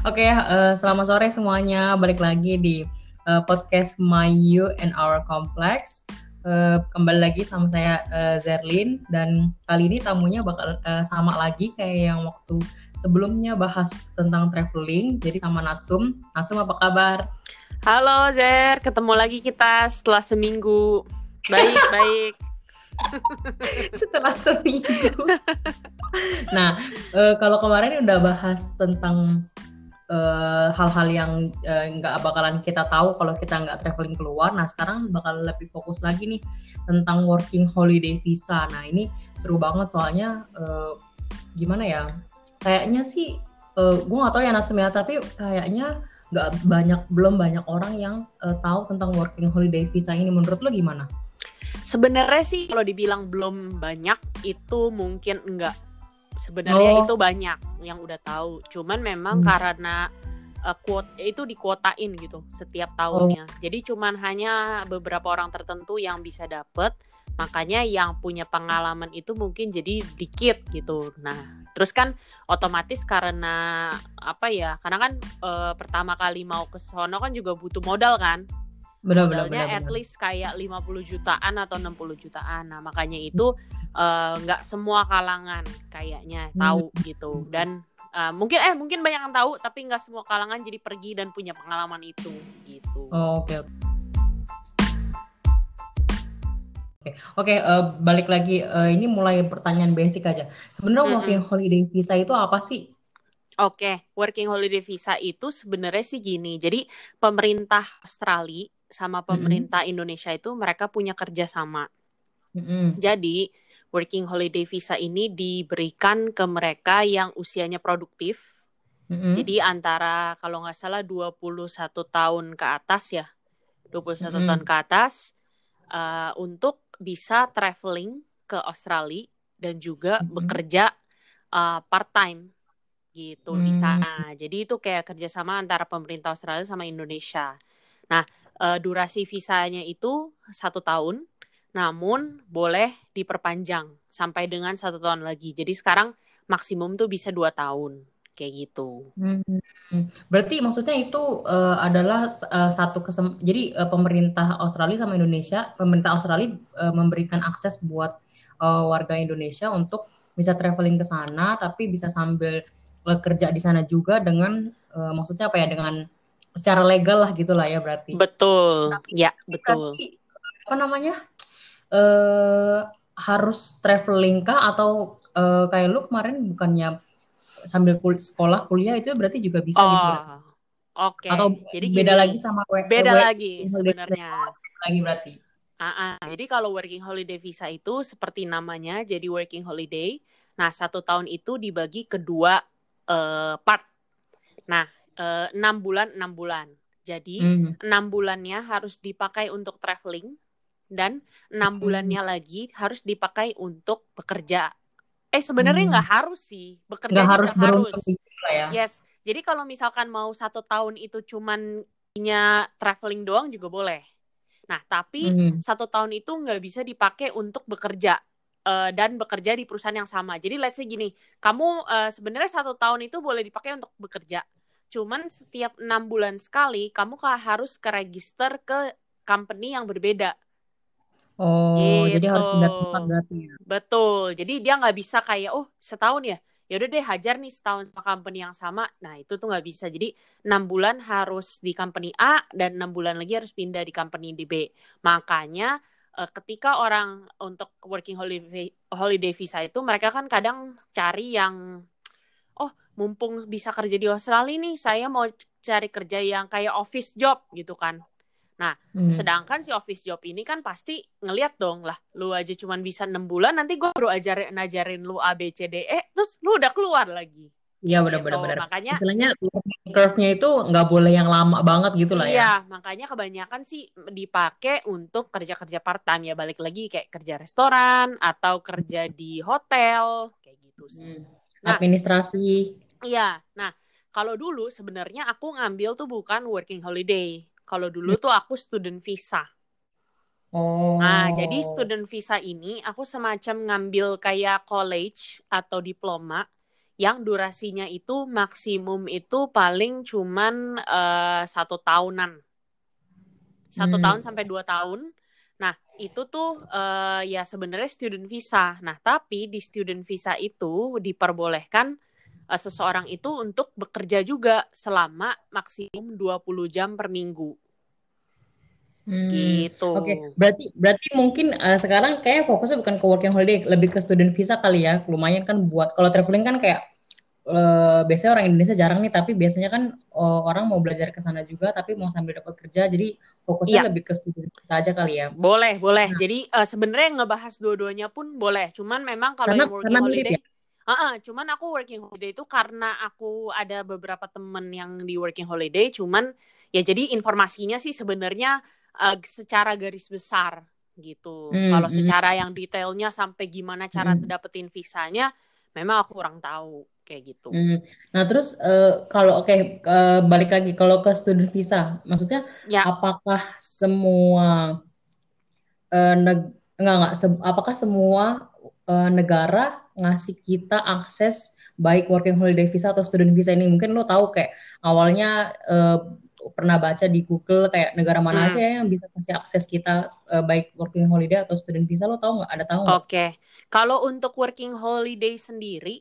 Oke, selamat sore semuanya. Balik lagi di podcast My You and Our Complex. Kembali lagi sama saya Zerlin, dan kali ini tamunya bakal sama lagi kayak yang waktu sebelumnya bahas tentang traveling. Jadi sama Natsum. Natsum, apa kabar? Halo Zer, ketemu lagi kita setelah seminggu. Baik. Setelah seminggu. Nah, kalau kemarin udah bahas tentang hal-hal yang nggak bakalan kita tahu kalau kita nggak traveling keluar. Nah, sekarang bakal lebih fokus lagi nih tentang working holiday visa. Nah, ini seru banget soalnya gimana ya? Kayaknya sih gue nggak tahu ya Natsum ya, tapi kayaknya belum banyak orang yang tahu tentang working holiday visa ini. Menurut lo gimana? Sebenarnya sih kalau dibilang belum banyak itu mungkin enggak. Sebenarnya itu banyak yang udah tahu. Cuman memang karena itu dikuotain gitu setiap tahunnya. Jadi cuman hanya beberapa orang tertentu yang bisa dapet. Makanya yang punya pengalaman itu mungkin jadi dikit gitu. Nah, terus kan otomatis karena apa ya? Karena kan pertama kali mau ke sono kan juga butuh modal kan. Modalnya at least kayak 50 jutaan atau 60 jutaan. Nah, makanya itu nggak semua kalangan kayaknya tahu gitu. Dan mungkin banyak yang tahu, tapi nggak semua kalangan jadi pergi dan punya pengalaman itu gitu. Oke. Balik lagi. Ini mulai pertanyaan basic aja. Sebenarnya working holiday visa itu apa sih? Oke, working holiday visa itu sebenarnya sih gini. Jadi pemerintah Australia sama pemerintah Indonesia itu mereka punya kerjasama. Jadi working holiday visa ini diberikan ke mereka yang usianya produktif. Jadi antara kalau nggak salah 21 tahun ke atas ya. 21 tahun ke atas untuk bisa traveling ke Australia dan juga bekerja part-time gitu di sana. Jadi itu kayak kerjasama antara pemerintah Australia sama Indonesia. Nah, durasi visanya itu 1 tahun. Namun boleh diperpanjang sampai dengan 1 tahun lagi. Jadi sekarang maksimum tuh bisa 2 tahun. Kayak gitu. Berarti maksudnya itu adalah jadi pemerintah Australia sama Indonesia, pemerintah Australia memberikan akses buat warga Indonesia untuk bisa traveling ke sana, tapi bisa sambil kerja di sana juga dengan maksudnya apa ya, dengan secara legal lah gitulah ya berarti. Betul, Tapi, ya betul. berarti, apa namanya, harus traveling kah atau kayak lu kemarin bukannya sambil sekolah kuliah itu berarti juga bisa gitu ya? Oke. Atau Jadi beda gini, lagi sama beda lagi sebenarnya. lagi berarti? Jadi kalau working holiday visa itu seperti namanya, jadi working holiday. Nah, 1 tahun itu dibagi ke 2 part. Nah, 6 bulan, 6 bulan. Jadi 6 bulannya harus dipakai untuk traveling dan 6 bulannya lagi harus dipakai untuk bekerja. Sebenarnya nggak harus sih, bekerja Nggak harus juga harus. gitu lah ya. Yes, jadi kalau misalkan mau 1 tahun itu cuman traveling doang juga boleh. Nah, tapi 1 tahun itu nggak bisa dipakai untuk bekerja dan bekerja di perusahaan yang sama. Jadi let's say gini, kamu sebenarnya 1 tahun itu boleh dipakai untuk bekerja. Cuman setiap 6 bulan sekali, kamu harus ke register ke company yang berbeda. Jadi Gitu. harus pindah tempat berarti ya. Betul. Jadi dia nggak bisa kayak, setahun ya udah deh hajar nih setahun sama company yang sama. Nah, itu tuh nggak bisa. Jadi 6 bulan harus di company A dan 6 bulan lagi harus pindah di company di B. Makanya ketika orang untuk working holiday visa itu mereka kan kadang cari yang mumpung bisa kerja di Australia nih, saya mau cari kerja yang kayak office job gitu kan. Nah, sedangkan si office job ini kan pasti ngeliat dong lah, lu aja cuman bisa 6 bulan, nanti gue baru ngajarin lu A, B, C, D, E, terus lu udah keluar lagi. Iya Gitu. benar-benar. Makanya istilahnya curve-nya itu nggak boleh yang lama banget gitu lah ya. iya, makanya kebanyakan sih dipakai untuk kerja-kerja part-time ya, balik lagi kayak kerja restoran atau kerja di hotel, kayak gitu sih. Nah, administrasi. iya, nah kalau dulu sebenarnya aku ngambil tuh bukan working holiday. Kalau dulu tuh aku student visa. Nah, jadi student visa ini aku semacam ngambil kayak college atau diploma yang durasinya itu maksimum itu paling cuman 1 tahunan. 1 tahun sampai 2 tahun. Nah, itu tuh ya sebenarnya student visa. Nah, tapi di student visa itu diperbolehkan seseorang itu untuk bekerja juga selama maksimum 20 jam per minggu. Gitu. Oke. Berarti mungkin sekarang kayak fokusnya bukan ke working holiday, lebih ke student visa kali ya. Lumayan kan buat kalau traveling kan kayak biasanya orang Indonesia jarang nih, tapi biasanya kan orang mau belajar ke sana juga, tapi mau sambil dapat kerja, jadi fokusnya Iya, lebih ke student visa aja kali ya. boleh. Jadi sebenarnya ngebahas dua-duanya pun boleh. Cuman memang kalau yang Karena working mirip holiday, ya. cuman aku working holiday itu karena aku ada beberapa temen yang di working holiday, cuman ya jadi informasinya sih sebenarnya secara garis besar gitu. Hmm, Kalau hmm, secara yang detailnya sampai gimana cara hmm, dapetin visanya, memang aku kurang tahu kayak gitu. hmm. Nah terus kalau oke, balik lagi kalau ke student visa, maksudnya Ya, apakah semua enggak apakah semua negara ngasih kita akses baik working holiday visa atau student visa ini? Mungkin lo tahu kayak awalnya pernah baca di Google kayak negara mana hmm, aja ya yang bisa kasih akses kita baik working holiday atau student visa, lo tahu nggak? Ada tahu nggak? oke. Kalau untuk working holiday sendiri,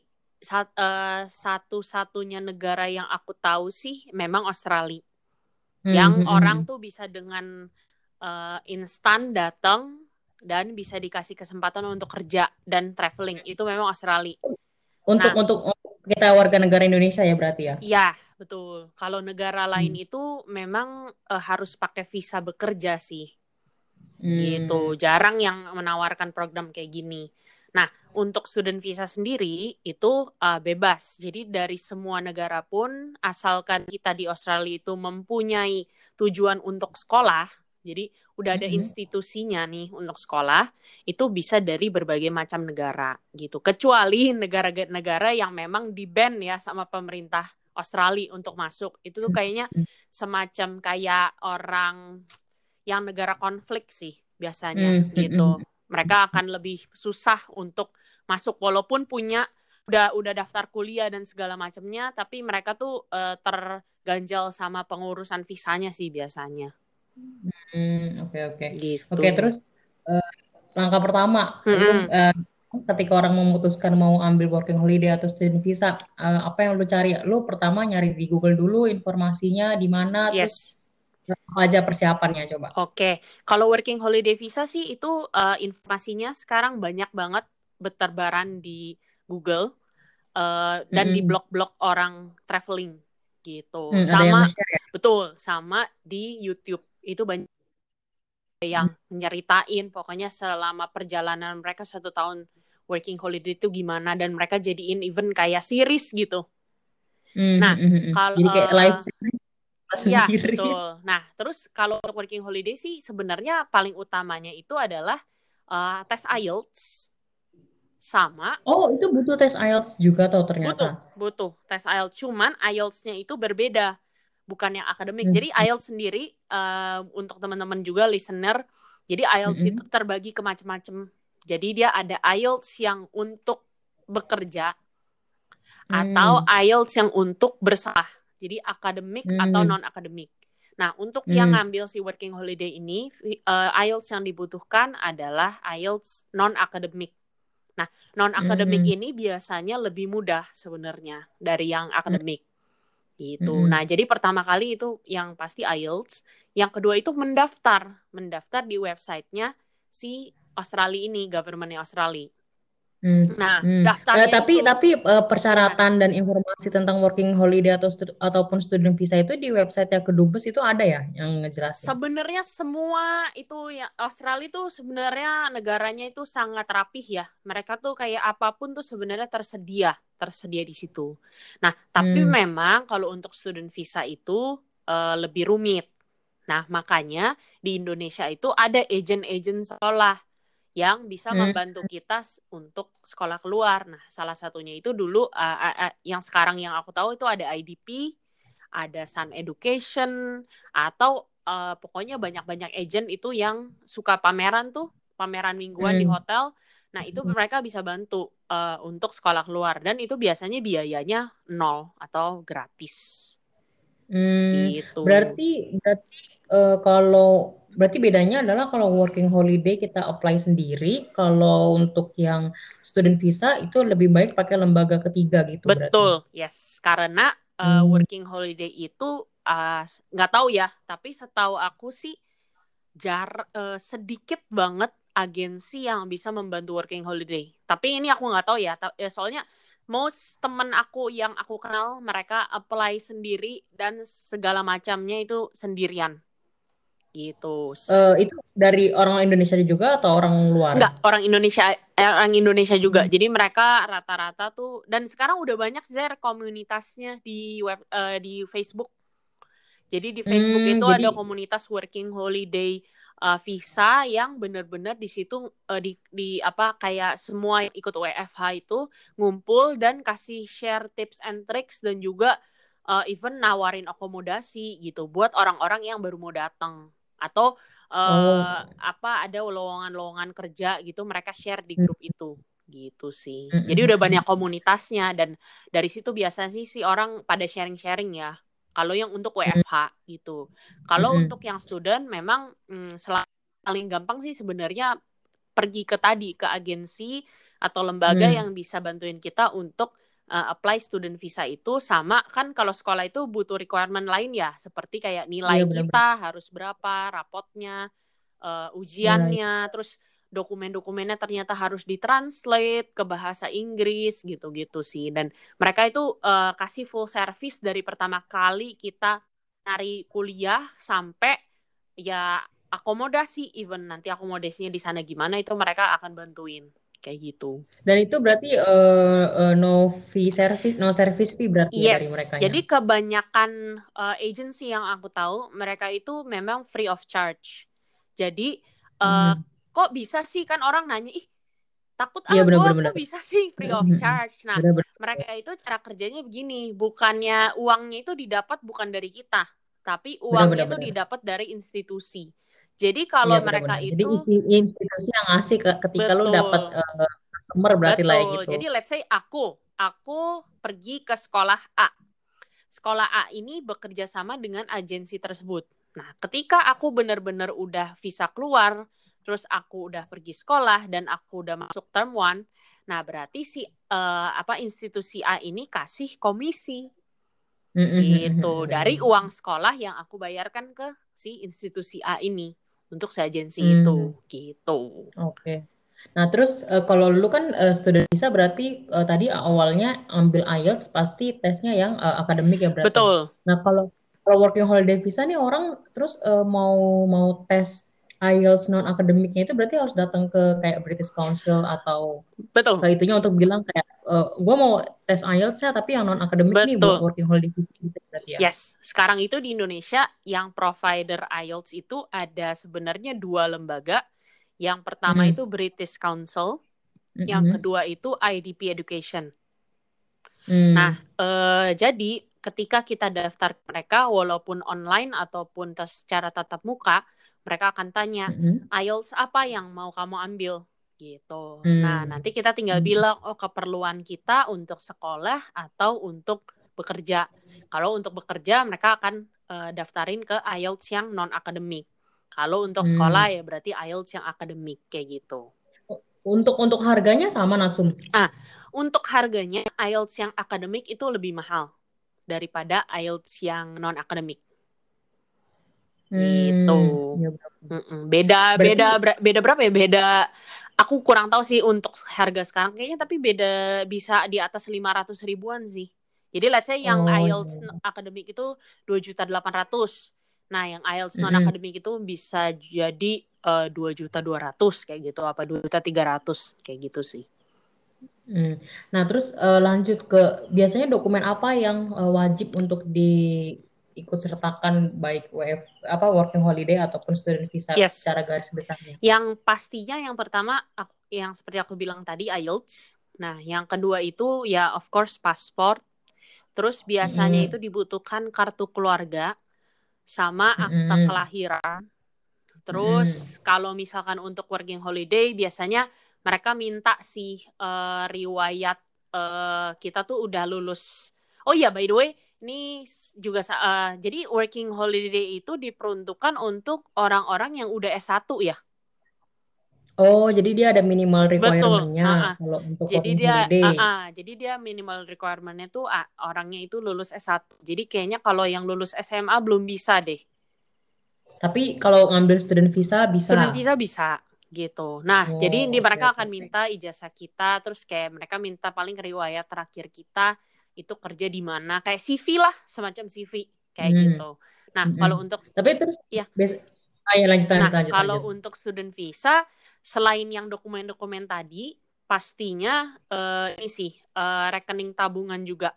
satu-satunya negara yang aku tahu sih memang Australia. Hmm, Yang hmm, orang hmm. tuh bisa dengan instan datang dan bisa dikasih kesempatan untuk kerja dan traveling. Itu memang Australia. Untuk Nah, untuk untuk kita warga negara Indonesia ya berarti ya. iya, betul. Kalau negara lain Hmm. itu memang harus pakai visa bekerja sih. Hmm. Gitu. Jarang yang menawarkan program kayak gini. Nah, untuk student visa sendiri itu bebas. Jadi dari semua negara pun, asalkan kita di Australia itu mempunyai tujuan untuk sekolah, jadi udah ada Hmm. institusinya nih untuk sekolah, itu bisa dari berbagai macam negara gitu. Kecuali negara-negara yang memang di-ban ya sama pemerintah Australia untuk masuk. Itu tuh kayaknya semacam kayak orang yang negara konflik sih biasanya Hmm. Hmm. Hmm. gitu. Mereka akan lebih susah untuk masuk walaupun punya udah daftar kuliah dan segala macamnya, tapi mereka tuh terganjal sama pengurusan visanya sih biasanya. Oke, oke. Gitu. Oke, terus eh, langkah pertama, lu Mm-mm. ketika orang memutuskan mau ambil working holiday atau student visa, apa yang lu cari? Lu pertama nyari di Google dulu informasinya di mana, terus Yes. apa aja persiapannya coba. Oke, kalau working holiday visa sih itu informasinya sekarang banyak banget berterbaran di Google dan di Mm-mm. blog-blog orang traveling gitu. Ada yang Sama nge-share ya? betul, sama di YouTube itu banyak yang nyeritain pokoknya selama perjalanan mereka 1 tahun working holiday itu gimana dan mereka jadiin even kayak series gitu. Hmm, Nah, hmm, hmm, hmm. kalau Jadi kayak live series iya sendiri. betul. Nah, terus kalau untuk working holiday sih sebenarnya paling utamanya itu adalah tes IELTS sama Oh, itu butuh tes IELTS juga tuh ternyata. butuh butuh tes IELTS. Cuman IELTS-nya itu berbeda, bukan yang akademik. Hmm. Jadi IELTS sendiri untuk teman-teman juga listener, jadi IELTS itu Mm-mm. terbagi ke macam-macam. Jadi dia ada IELTS yang untuk bekerja atau Hmm. IELTS yang untuk bersalah. Jadi akademik atau Hmm. non akademik. Nah, untuk yang Hmm. ngambil si working holiday ini, IELTS yang dibutuhkan adalah IELTS non akademik. Nah, non akademik Hmm. ini biasanya lebih mudah sebenarnya dari yang Hmm. akademik gitu. Nah, Hmm. jadi pertama kali itu yang pasti IELTS, yang kedua itu mendaftar di websitenya si Australia ini, government Australia. Hmm, Nah, hmm. daftarnya itu Tapi gimana? persyaratan dan informasi tentang working holiday ataupun student visa itu di website yang Kedubes itu ada ya yang ngejelasin. Sebenarnya semua itu ya Australia tuh sebenarnya negaranya itu sangat rapih ya. Mereka tuh kayak apapun tuh sebenarnya tersedia di situ. Nah, tapi Hmm, memang kalau untuk student visa itu lebih rumit. Nah, makanya di Indonesia itu ada agen-agen sekolah yang bisa hmm, membantu kita untuk sekolah keluar. Nah, salah satunya itu dulu yang sekarang yang aku tahu itu ada IDP, ada Sun Education, atau pokoknya banyak-banyak agent itu yang suka pameran tuh, pameran mingguan di hmm, hotel. Nah, itu mereka bisa bantu untuk sekolah keluar. Dan itu biasanya biayanya 0 atau gratis. Gitu. Berarti kalau berarti bedanya adalah kalau working holiday kita apply sendiri, kalau untuk yang student visa itu lebih baik pakai lembaga ketiga gitu berarti. Betul, yes. Karena Hmm. working holiday itu nggak tahu ya, tapi setahu aku sih sedikit banget agensi yang bisa membantu working holiday. Tapi ini aku nggak tahu ya, soalnya most temen aku yang aku kenal mereka apply sendiri dan segala macamnya itu sendirian gitu. Itu dari orang Indonesia juga atau orang luar? Enggak, orang Indonesia juga. Hmm. Jadi mereka rata-rata tuh, dan sekarang udah banyak share komunitasnya di Facebook. Jadi di Facebook itu Jadi ada komunitas working holiday visa yang benar-benar di situ di apa kayak semua ikut WFH itu ngumpul dan kasih share tips and tricks dan juga even nawarin akomodasi gitu buat orang-orang yang baru mau datang atau oh. ada lowongan-lowongan kerja gitu mereka share di Hmm. grup itu gitu sih. Hmm, Jadi hmm, udah hmm. banyak komunitasnya dan dari situ biasanya sih orang pada sharing-sharing ya. Kalau yang untuk Hmm, WFH gitu. hmm, Kalau hmm. untuk yang student memang paling gampang sih sebenarnya pergi ke agensi atau lembaga Hmm. yang bisa bantuin kita untuk apply student visa itu sama kan kalau sekolah itu butuh requirement lain ya seperti kayak Iya nilai benar-benar. kita harus berapa, rapotnya, Iya, iya. ujiannya, terus dokumen-dokumennya ternyata harus ditranslate ke bahasa Inggris gitu-gitu sih. Dan mereka itu kasih full service dari pertama kali kita nyari kuliah sampai ya akomodasi, even nanti akomodasinya di sana gimana itu mereka akan bantuin kayak gitu. Dan itu berarti no service fee berarti ya dari Yes, merekanya. jadi kebanyakan agency yang aku tahu mereka itu memang free of charge. Jadi Hmm. kok bisa sih kan orang nanya, ih takut Iya gue benar-benar kok benar. bisa sih free of charge. Nah, Benar-benar. mereka itu cara kerjanya begini, bukannya uangnya itu didapat bukan dari kita, tapi Benar-benar uangnya itu benar. didapat dari institusi. Jadi Iya kalau mereka benar-benar. Jadi itu institusi yang ngasih ketika lu dapat betul, customer berarti lah ya betul. gitu. Jadi let's say aku pergi ke sekolah A. Sekolah A ini bekerja sama dengan agensi tersebut. Nah, ketika aku benar-benar udah visa keluar, terus aku udah pergi sekolah dan aku udah masuk term 1, nah berarti si institusi A ini kasih komisi gitu dari Benar-benar. uang sekolah yang aku bayarkan ke si institusi A ini untuk si agensi Hmm, itu gitu. oke. Nah, terus kalau lu kan student visa berarti tadi awalnya ambil IELTS pasti tesnya yang akademik ya berarti. Betul. Nah, kalau kalau working holiday visa nih orang terus mau mau tes IELTS non akademiknya itu berarti harus datang ke kayak British Council atau ke Betul. itunya untuk bilang kayak gue mau tes IELTS ya tapi yang non akademik nih buat Betul. working holiday visa gitu berarti ya. Yes, sekarang itu di Indonesia yang provider IELTS itu ada sebenarnya 2 lembaga. Yang pertama Hmm. itu British Council, yang Mm-mm. kedua itu IDP Education. Nah, Hmm. jadi ketika kita daftar mereka, walaupun online ataupun secara tatap muka, mereka akan tanya, Mm-mm. IELTS apa yang mau kamu ambil? Gitu. Nah, Hmm. nanti kita tinggal Hmm. bilang, oh keperluan kita untuk sekolah atau untuk bekerja. Kalau untuk bekerja, mereka akan daftarin ke IELTS yang non-akademik. Kalau untuk Hmm. sekolah ya berarti IELTS yang akademik, kayak gitu. Untuk harganya sama Natsum. Ah, untuk harganya IELTS yang akademik itu lebih mahal daripada IELTS yang non-akademik. Gitu. Ya, Beda beda berarti beda berapa ya? Beda aku kurang tahu sih untuk harga sekarang kayaknya tapi beda bisa di atas 500 ribuan sih. Jadi let's say yang oh IELTS iya. akademik itu 2.800.000. Nah, yang IELTS non Mm-mm. akademik itu bisa jadi 2.200.000 kayak gitu apa 2.300.000 kayak gitu sih. Hmm. Nah, terus lanjut ke biasanya dokumen apa yang wajib untuk diikut sertakan baik working holiday ataupun student visa Yes. secara garis besarnya. Yang pastinya yang pertama yang seperti aku bilang tadi IELTS. Nah, yang kedua itu ya of course paspor. Terus biasanya Mm-mm. itu dibutuhkan kartu keluarga sama akta Mm-mm. kelahiran. Mm-mm. Terus kalau misalkan untuk working holiday biasanya mereka minta sih riwayat kita tuh udah lulus. Oh iya, by the way, ini juga jadi working holiday itu diperuntukkan untuk orang-orang yang udah S1 ya. Oh, jadi dia ada minimal Betul. requirement-nya kalau untuk Jadi working dia holiday. jadi dia minimal requirement-nya tuh orangnya itu lulus S1. Jadi kayaknya kalau yang lulus SMA belum bisa deh. Tapi kalau ngambil student visa Student bisa. visa bisa gitu. Nah, jadi ini Oh, oke mereka oke akan oke. minta ijazah kita, terus kayak mereka minta paling riwayat terakhir kita itu kerja di mana, kayak CV lah, semacam CV kayak Hmm. gitu. Nah, kalau Mm-mm. untuk Tapi terus ya, ya lanjut nah lanjut lanjut kalau lanjut. untuk student visa selain yang dokumen-dokumen tadi, pastinya ini sih rekening tabungan juga.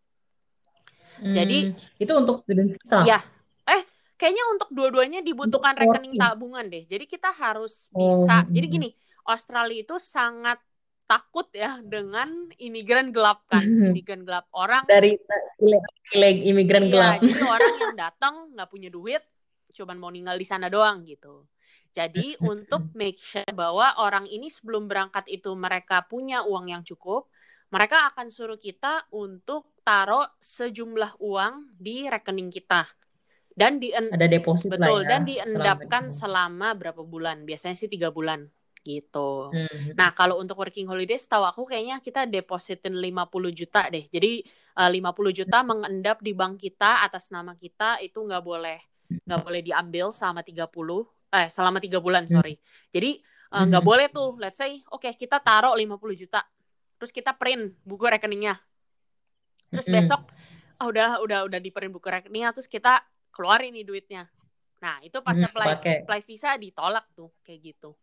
Jadi Itu untuk student ya, visa. kayaknya untuk dua-duanya Untuk dibutuhkan rekening working. tabungan deh. Jadi kita harus Oh, bisa. Jadi gini, Australia itu sangat takut ya dengan imigran gelap kan. Imigran gelap orang. Dari imigran Iya, gelap. jadi orang yang datang nggak punya duit, cuman mau tinggal di sana doang gitu. Jadi untuk make sure bahwa orang ini sebelum berangkat itu mereka punya uang yang cukup, mereka akan suruh kita untuk taruh sejumlah uang di rekening kita. Dan Ada deposit lah betul, ya dan selama diendapkan itu. selama berapa bulan? Biasanya sih 3 bulan gitu. Hmm. Nah, kalau untuk working holiday, setahu aku kayaknya kita depositin 50 juta deh. Jadi 50 juta mengendap di bank kita atas nama kita itu nggak boleh diambil selama 3 bulan, Hmm. sorry. Jadi nggak Hmm. boleh tuh, let's say, oke, kita taruh 50 juta. Terus kita print buku rekeningnya. Terus Hmm. besok udah di print buku rekeningnya, terus kita keluarin nih duitnya. Nah, itu pas Pakai. apply visa ditolak tuh, kayak gitu.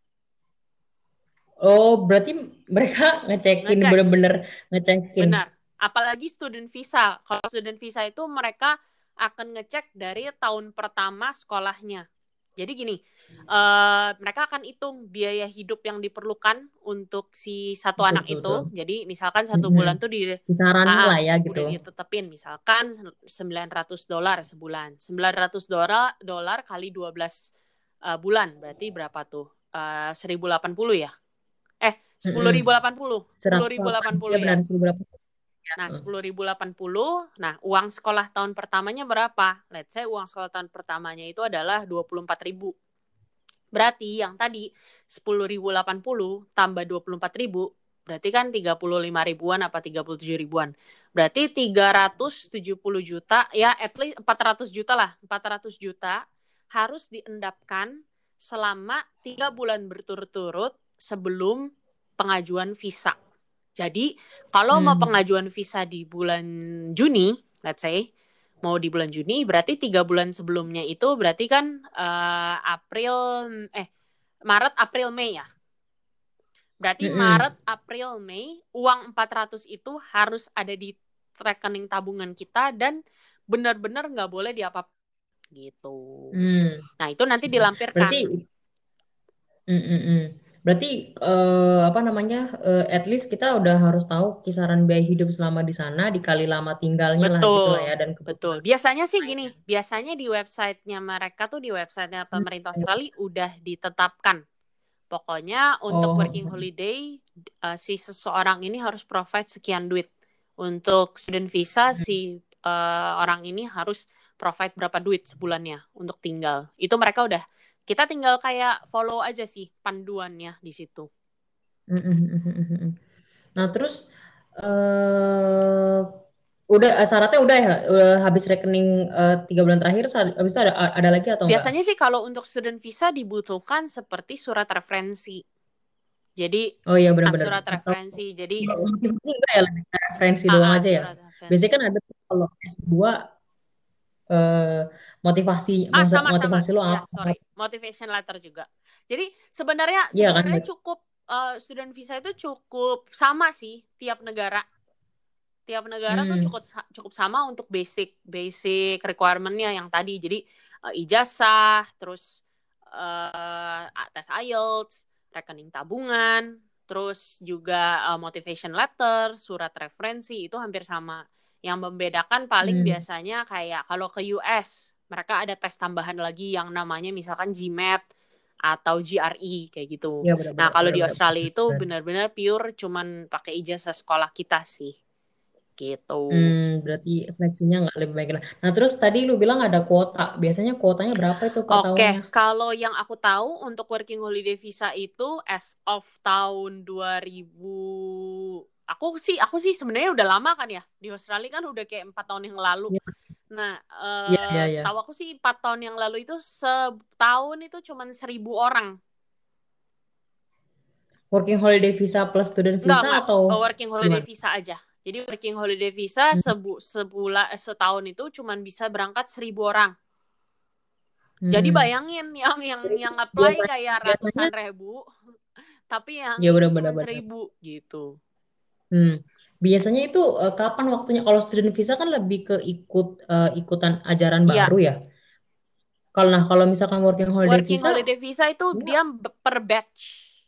Oh, berarti mereka ngecekin Ngecek, bener-bener ngecekin. benar. Apalagi student visa. Kalau student visa itu mereka akan ngecek dari tahun pertama sekolahnya. Jadi gini, mereka akan hitung biaya hidup yang diperlukan untuk si satu Betul anak betul. Betul. itu. Jadi misalkan 1 bulan tuh Kisarannya lah ya udah gitu. ditetepin. Misalkan $900 sebulan. $900 kali 12 bulan. Berarti berapa tuh? 1080 ya? 10.080. 180 10.080 ya ya. benar 1.080. Nah, 10.080. Nah, uang sekolah tahun pertamanya berapa? Let's say uang sekolah tahun pertamanya itu adalah 24.000. Berarti yang tadi 10.080 tambah 24.000 berarti kan 35 ribuan apa 37 ribuan. Berarti 370 juta ya, at least 400 juta lah. 400 juta harus diendapkan selama 3 bulan berturut-turut sebelum pengajuan visa. Jadi kalau mau pengajuan visa di bulan Juni, let's say, mau di bulan Juni, berarti 3 bulan sebelumnya itu berarti kan Maret, April, Mei ya. Berarti Maret, April, Mei, uang 400 itu harus ada di rekening tabungan kita dan benar-benar nggak boleh diapa gitu. Nah, itu nanti dilampirkan. Berarti apa namanya? At least kita udah harus tahu kisaran biaya hidup selama di sana dikali lama tinggalnya lah gitu lah ya, dan Betul. kebutuhan Biasanya sih gini, lainnya. biasanya di websitenya mereka tuh, di websitenya pemerintah Australia udah ditetapkan. Pokoknya untuk Oh. working holiday, si seseorang ini harus provide sekian duit. Untuk student visa, si orang ini harus provide berapa duit sebulannya untuk tinggal. Itu mereka udah, kita tinggal kayak follow aja sih panduannya di situ. Nah, terus udah syaratnya udah ya, udah habis rekening 3 bulan terakhir, habis itu ada lagi atau enggak? Biasanya sih kalau untuk student visa dibutuhkan seperti surat referensi. Jadi Oh iya benar-benar. surat Atau referensi. Jadi enggak ya, lebih ke referensi doang aja ya. surat Biasanya referensi. kan ada tuh kalau S2 motivasi Sama-sama. motivasi lo Ya, apa? sorry. Motivation letter juga. Jadi Iya kan? sebenarnya cukup student visa itu cukup sama sih tiap negara. Tiap negara tuh cukup sama untuk basic requirement-nya yang tadi. Jadi ijazah, terus tes IELTS, rekening tabungan, terus juga motivation letter, surat referensi, itu hampir sama. Yang membedakan paling biasanya kayak kalau ke US, mereka ada tes tambahan lagi yang namanya misalkan GMAT atau GRE kayak gitu. Iya Nah, benar-benar kalau di benar-benar Australia itu benar. benar-benar pure cuman pakai ijazah sekolah kita sih. Gitu. Berarti seleksinya nggak lebih baik. Nah, terus tadi lu bilang ada kuota. Biasanya kuotanya berapa itu per tahunnya? Oke, kalau yang aku tahu untuk working holiday visa itu as of tahun 2000, aku sih sebenarnya udah lama kan ya di Australia kan udah kayak 4 tahun yang lalu. Iya, Nah, iya, iya. Iya. setahu aku sih 4 tahun yang lalu itu setahun itu cuma 1.000 orang. Working holiday visa plus student visa Enggak, atau working holiday gimana? visa aja. Jadi working holiday visa Hmm. setahun itu cuma bisa berangkat 1.000 orang. Jadi Hmm. bayangin yang apply Biasanya, kayak biasanya ratusan ribu, tapi yang ya ini cuma benar-benar. 1.000 gitu. Hmm. Biasanya itu kapan waktunya? Kalau student visa kan lebih ke ikutan ajaran Iya, baru ya. Kalau misalkan working holiday working visa, holiday visa itu dia, dia per batch.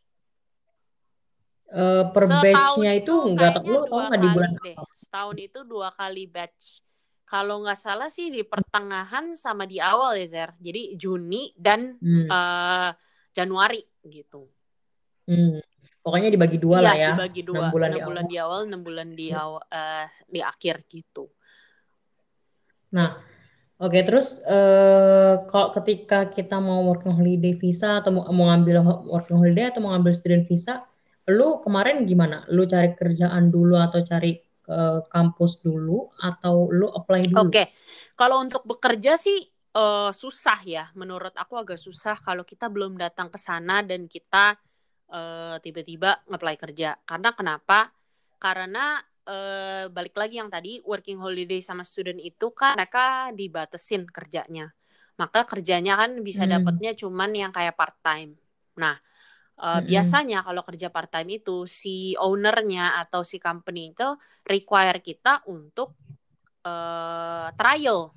per Setahun batchnya itu itu nggak tahu, kayaknya lo tahu dua nggak di bulan kali deh. apa? Setahun itu 2 kali batch. Kalau nggak salah sih di pertengahan sama di awal ya, Zer. Jadi Juni dan Hmm. uh, Januari gitu. Hmm. Pokoknya dibagi dua Iya, lah ya, dibagi 6 dua. bulan di 6 bulan awal. di awal, 6 bulan di akhir gitu. Nah, oke, terus kalau ketika kita mau working holiday visa atau mau ngambil working holiday atau mau ngambil student visa, lu kemarin gimana? Lu cari kerjaan dulu atau cari ke kampus dulu atau lu apply dulu? Oke, kalau untuk bekerja sih susah ya. Menurut aku agak susah kalau kita belum datang ke sana dan kita tiba-tiba nge-apply kerja. Karena kenapa? Karena balik lagi yang tadi working holiday sama student itu kan mereka dibatesin kerjanya. Maka kerjanya kan bisa Hmm. dapatnya cuman yang kayak part time. Nah, Mm-mm. biasanya kalau kerja part time itu si ownernya atau si company itu require kita untuk trial.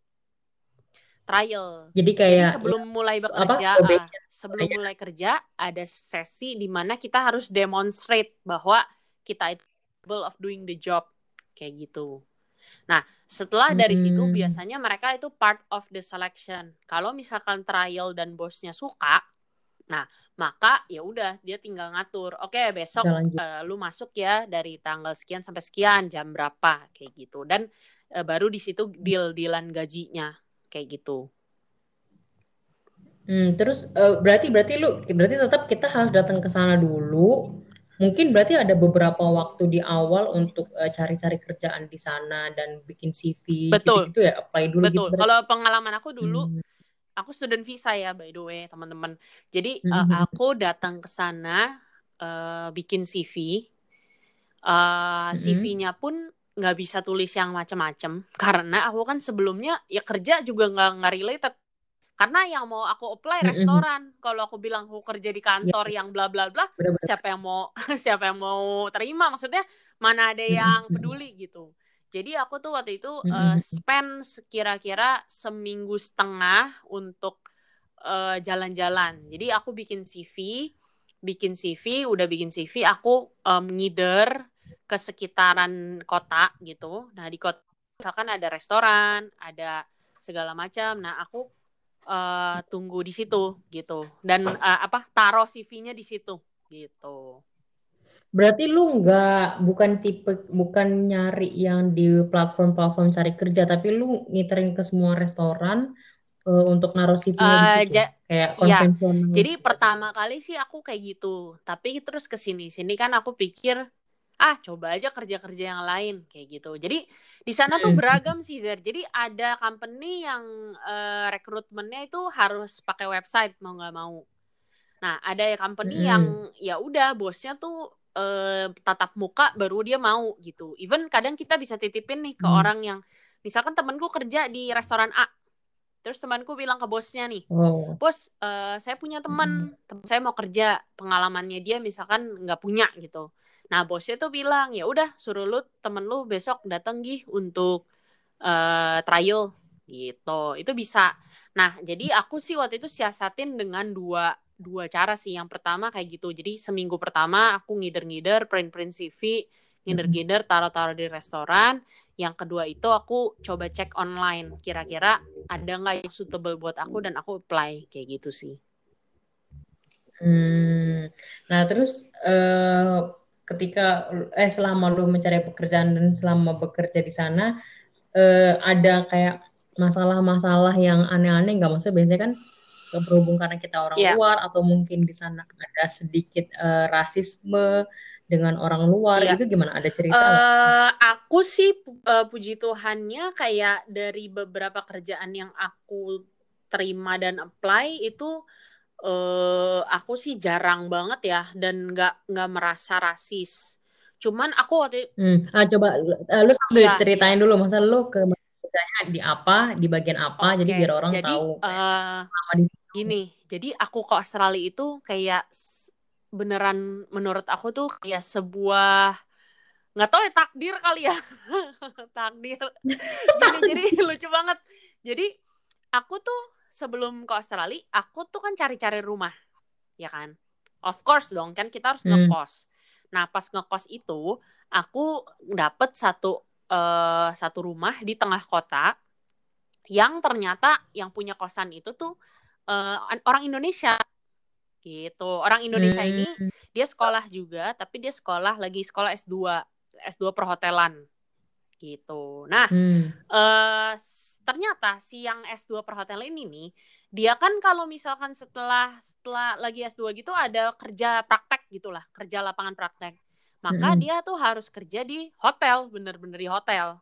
Jadi Jadi kayak ya, sebelum mulai apa, bekerja, probation gitu sebelum ya. mulai kerja ada sesi di mana kita harus demonstrate bahwa kita itu capable of doing the job kayak gitu. Nah, setelah dari situ Hmm. biasanya mereka itu part of the selection. Kalau misalkan trial dan bosnya suka, nah maka ya udah dia tinggal ngatur. Oke, besok Bisa lanjut. lu masuk ya dari tanggal sekian sampai sekian jam berapa kayak gitu. Dan baru di situ deal-dealan gajinya kayak gitu. Terus berarti tetap kita harus datang ke sana dulu. Mungkin berarti ada beberapa waktu di awal untuk cari-cari kerjaan di sana dan bikin CV Betul, gitu-gitu ya, apply dulu gitu betul. berarti. Kalau pengalaman aku dulu, Hmm. aku student visa ya by the way teman-teman. Jadi Hmm, hmm, hmm. aku datang ke sana bikin CV. Hmm. CV-nya pun nggak bisa tulis yang macam-macam karena aku kan sebelumnya ya kerja juga nggak related. Karena yang mau aku apply Hmm, hmm, hmm. restoran. Kalau aku bilang aku kerja di Ya, kantor yang bla bla bla, benar-benar. siapa yang mau siapa yang mau terima? Maksudnya mana ada Hmm, yang hmm, peduli gitu. Jadi aku tuh waktu itu hmm, hmm, hmm. spend kira-kira seminggu setengah untuk jalan-jalan. Jadi aku udah bikin CV, aku ngider ke sekitaran kota gitu. Nah di kota misalkan ada restoran, ada segala macam. Nah aku tunggu di situ gitu dan taruh CV-nya di situ gitu. Berarti lu bukan nyari yang di platform-platform cari kerja, tapi lu ngiterin ke semua restoran untuk naruh CV-nya di Eh situ, ja- kayak Iya, konvensional jadi gitu berarti. pertama kali sih aku kayak gitu, tapi terus ke sini kan aku pikir coba aja kerja-kerja yang lain kayak gitu. Jadi di sana tuh Hmm. beragam sih Zer. Jadi ada company yang rekrutmennya itu harus pakai website mau nggak mau. Nah, ada ya company yang Hmm. ya udah bosnya tuh tatap muka baru dia mau gitu. Even kadang kita bisa titipin nih ke Hmm. orang yang misalkan temanku kerja di restoran A, terus temanku bilang ke bosnya nih, Oh. bos, saya punya teman saya mau kerja, pengalamannya dia misalkan nggak punya gitu. Nah, bosnya tuh bilang, ya udah suruh lu temen lu besok datang gih untuk trial gitu. Itu bisa. Nah, jadi aku sih waktu itu siasatin dengan dua cara sih. Yang pertama kayak gitu. Jadi seminggu pertama aku ngider-ngider, print-print CV, Hmm. ngider-ngider, taruh-taruh di restoran. Yang kedua itu aku coba cek online. Kira-kira ada nggak yang suitable buat aku dan aku apply kayak gitu sih. Nah terus ketika selama lu mencari pekerjaan dan selama bekerja di sana ada kayak masalah-masalah yang aneh-aneh nggak? Maksudnya biasanya kan berhubung karena kita orang Ya, luar atau mungkin di sana ada sedikit rasisme dengan orang luar, iya. itu gimana? Ada cerita nggak? Aku sih puji Tuhannya kayak dari beberapa kerjaan yang aku terima dan apply itu aku sih jarang banget ya dan nggak merasa rasis. Cuman aku waktu Coba lu sambil iya iya ceritain dulu, masa lu ke kerjanya di apa, di bagian apa, jadi biar oke. orang Jadi tahu kayak sama di. gini, jadi aku ke Australia itu kayak beneran menurut aku tuh kayak sebuah nggak tahu ya takdir kali ya takdir gini jadi lucu banget jadi aku tuh sebelum ke Australia aku tuh kan cari-cari rumah ya kan of course dong kan kita harus Hmm, ngekos nah pas ngekos itu aku dapet satu rumah di tengah kota yang ternyata yang punya kosan itu tuh orang Indonesia gitu orang Indonesia ini hmm, dia sekolah juga tapi dia lagi sekolah S2 perhotelan gitu. Nah, hmm, eh ternyata si yang S2 perhotelan ini nih, dia kan kalau misalkan setelah lagi S2 gitu ada kerja praktek gitulah, kerja lapangan praktek. Maka hmm, dia tuh harus kerja di hotel, bener-bener di hotel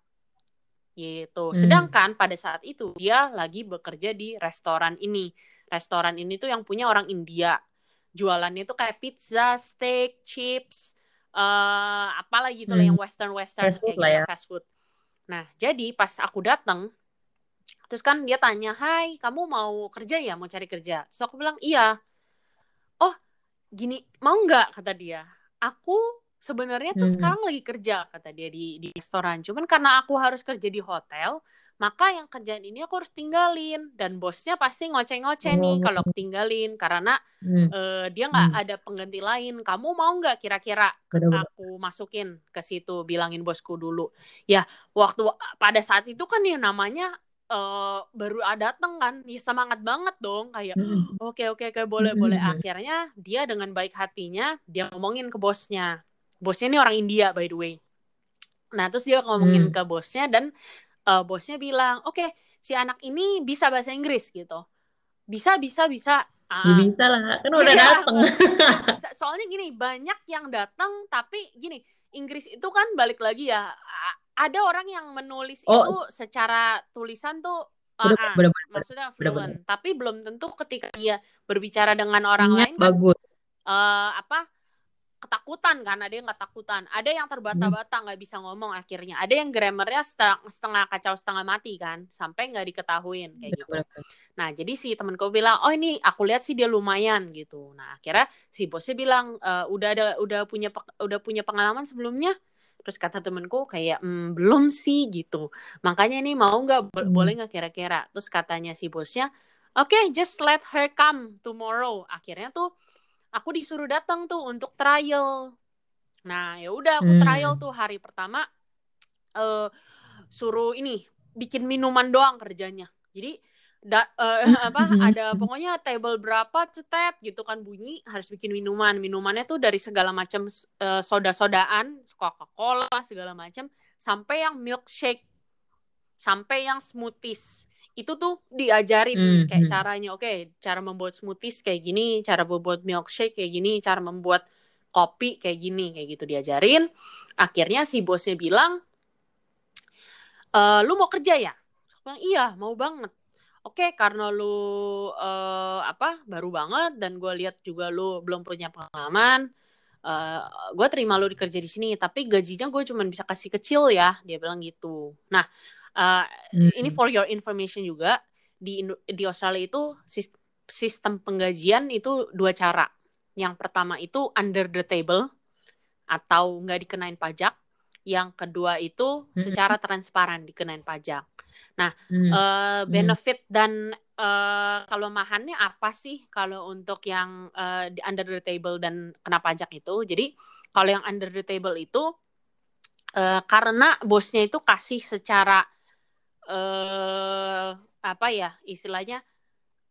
gitu. hmm, Sedangkan pada saat itu dia lagi bekerja di restoran ini. Restoran ini tuh yang punya orang India. Jualannya tuh kayak pizza, steak, chips, apalagi gitu lah hmm. yang western Fast food kayak lah gitu, ya. fast food. Nah, jadi pas aku datang, terus kan dia tanya, "Hai, kamu mau kerja ya? Mau cari kerja?" So aku bilang, "Iya." "Oh, gini, mau nggak?" kata dia. "Aku sebenarnya tuh Hmm. sekarang lagi kerja," kata dia di restoran. Cuman karena aku harus kerja di hotel, maka yang kerjaan ini aku harus tinggalin. Dan bosnya pasti ngoceh-ngoceh nih Oh, kalau aku tinggalin. Karena hmm, dia nggak hmm. ada pengganti lain. Kamu mau nggak kira-kira Bener-bener. aku masukin ke situ, bilangin bosku dulu. Ya, waktu pada saat itu kan ya namanya baru datang kan, ya semangat banget dong kayak Hmm, oke oke oke boleh hmm, boleh. hmm, hmm. Akhirnya dia dengan baik hatinya dia ngomongin ke bosnya. Bosnya ini orang India by the way. Nah terus dia ngomongin Hmm. ke bosnya dan bosnya bilang oke si anak ini bisa bahasa Inggris gitu. Bisa bisa bisa. Ya Ah, bisa lah, kan udah iya, dateng. bisa. Soalnya gini, banyak yang datang tapi gini, Inggris itu kan balik lagi ya. Ada orang yang menulis Oh, itu secara tulisan tuh bener-bener, maksudnya bener-bener. fluent, tapi belum tentu ketika dia berbicara dengan orang Niat lain kan bagus. apa ketakutan kan ada yang ketakutan ada yang Hmm, terbata-bata nggak bisa ngomong akhirnya ada yang grammarnya setengah kacau setengah mati kan sampai nggak diketahuin kayak gitu. bener-bener. Nah jadi si temenku bilang oh ini aku lihat sih dia lumayan gitu. Nah akhirnya si bosnya bilang udah punya pengalaman sebelumnya. Terus kata temenku kayak belum sih gitu. Makanya ini mau nggak Hmm, boleh nggak kira-kira. Terus katanya si bosnya oke just let her come tomorrow. Akhirnya tuh aku disuruh datang tuh untuk trial. Nah, ya udah aku trial hmm, tuh hari pertama eh suruh ini bikin minuman doang kerjanya. Jadi apa hmm. ada pokoknya table berapa cetet gitu kan bunyi harus bikin minuman. Minumannya tuh dari segala macam soda-sodaan, Coca-Cola segala macam sampai yang milkshake, sampai yang smoothies. Itu tuh diajarin Hmm, kayak hmm. caranya. Oke, cara membuat smoothies kayak gini, cara membuat milkshake kayak gini, cara membuat kopi kayak gini, kayak gitu diajarin. Akhirnya si bosnya bilang, lu mau kerja ya? Aku bilang, iya, mau banget. Oke, karena lu baru banget dan gue lihat juga lu belum punya pengalaman, uh, gue terima lu kerja di sini, tapi gajinya gue cuma bisa kasih kecil ya, dia bilang gitu. Nah, uh, ini Hmm. for your information juga di Australia itu sistem penggajian itu dua cara. Yang pertama itu under the table atau nggak dikenain pajak. Yang kedua itu Hmm, secara transparan dikenain pajak. Nah, hmm, hmm, benefit dan kelemahannya apa sih kalau untuk yang di under the table dan kena pajak itu? Jadi kalau yang under the table itu karena bosnya itu kasih secara apa ya istilahnya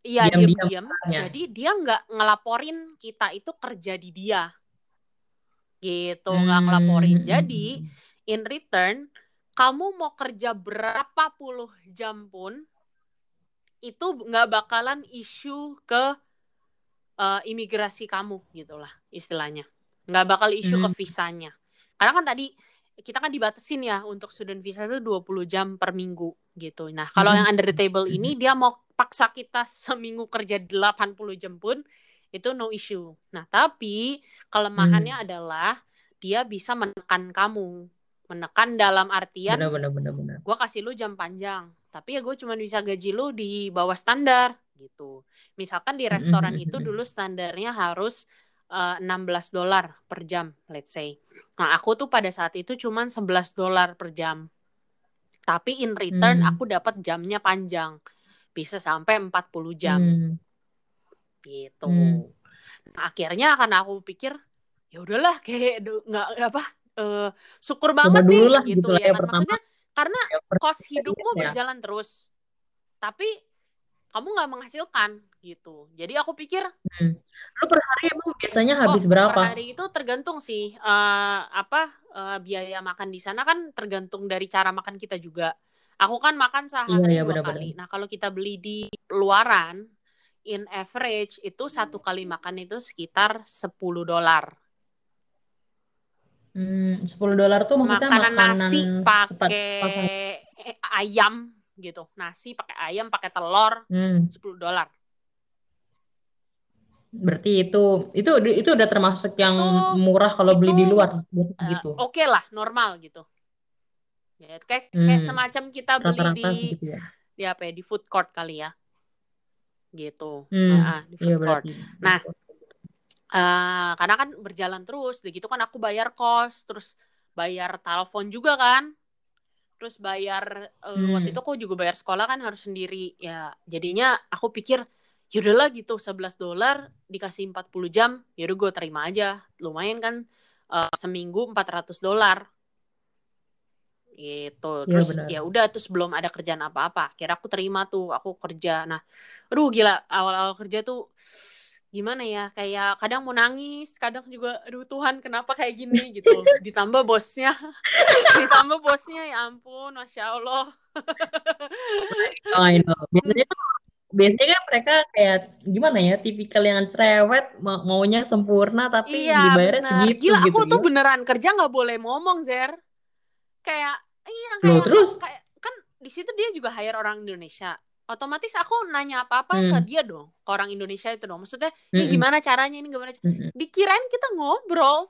Iya, diam-diam diam-diam. misalnya. Jadi dia nggak ngelaporin kita itu kerja di dia. Gitu, nggak ngelaporin. Jadi, in return, kamu mau kerja berapa puluh jam pun, itu nggak bakalan isu ke imigrasi kamu, gitulah istilahnya. Nggak bakal isu ke visanya. Karena kan tadi, kita kan dibatasin ya, untuk student visa itu 20 jam per minggu, gitu. Nah, kalau yang under the table ini, dia mau paksa kita seminggu kerja 80 jam pun, itu no issue. Nah, tapi kelemahannya adalah dia bisa menekan kamu. Menekan dalam artian, Benar. gue kasih lu jam panjang, tapi ya gue cuma bisa gaji lu di bawah standar, gitu. Misalkan di restoran itu dulu standarnya harus $16 per jam, let's say. Nah, aku tuh pada saat itu cuma $11 per jam. Tapi in return aku dapat jamnya panjang. Bisa sampai 40 jam. Gitu. Nah, akhirnya karena aku pikir ya udahlah, kayak nggak apa syukur banget nih gitu ya kan. Maksudnya karena kos hidupmu berjalan terus. Tapi kamu nggak menghasilkan gitu. Jadi aku pikir, lu per hari emang biasanya habis berapa? Per hari itu tergantung sih, biaya makan di sana kan tergantung dari cara makan kita juga. Aku kan makan sehari 2 kali. Nah, kalau kita beli di luaran, in average itu 1 kali makan itu sekitar $10. $10 tuh maksudnya makanan nasi pakai ayam gitu. Nasi pakai ayam, pakai telur, $10. Berarti itu udah termasuk yang murah kalau beli di luar gitu. Oke lah, normal gitu. Ya, kayak semacam kita beli Rata-rata di segitu ya. Di food court kali ya. Gitu. Di Iya food court. Nah, karena kan berjalan terus, begitu kan aku bayar kos, terus bayar telepon juga kan. Terus bayar waktu itu aku juga bayar sekolah kan harus sendiri ya. Jadinya aku pikir yaudahlah gitu, $11 dikasih 40 jam, yaudah gue terima aja. Lumayan kan, seminggu $400 gitu. Terus ya udah, terus belum ada kerjaan apa-apa. Kira aku terima tuh, aku kerja. Nah, aduh gila, awal-awal kerja tuh gimana ya, kayak kadang mau nangis, kadang juga aduh Tuhan kenapa kayak gini gitu. Ditambah bosnya ya ampun, Masya Allah. I know. Biasanya kan mereka kayak gimana ya, tipikal yang cerewet, maunya sempurna tapi dibayarnya segitu. Gila, gitu aku tuh ya. beneran kerja nggak boleh ngomong, Zer. Kayak Loh, terus kayak kan di situ dia juga hire orang Indonesia. Otomatis aku nanya apa-apa ke dia dong, ke orang Indonesia itu dong. Maksudnya, ini gimana caranya, ini gimana? Dikirain kita ngobrol.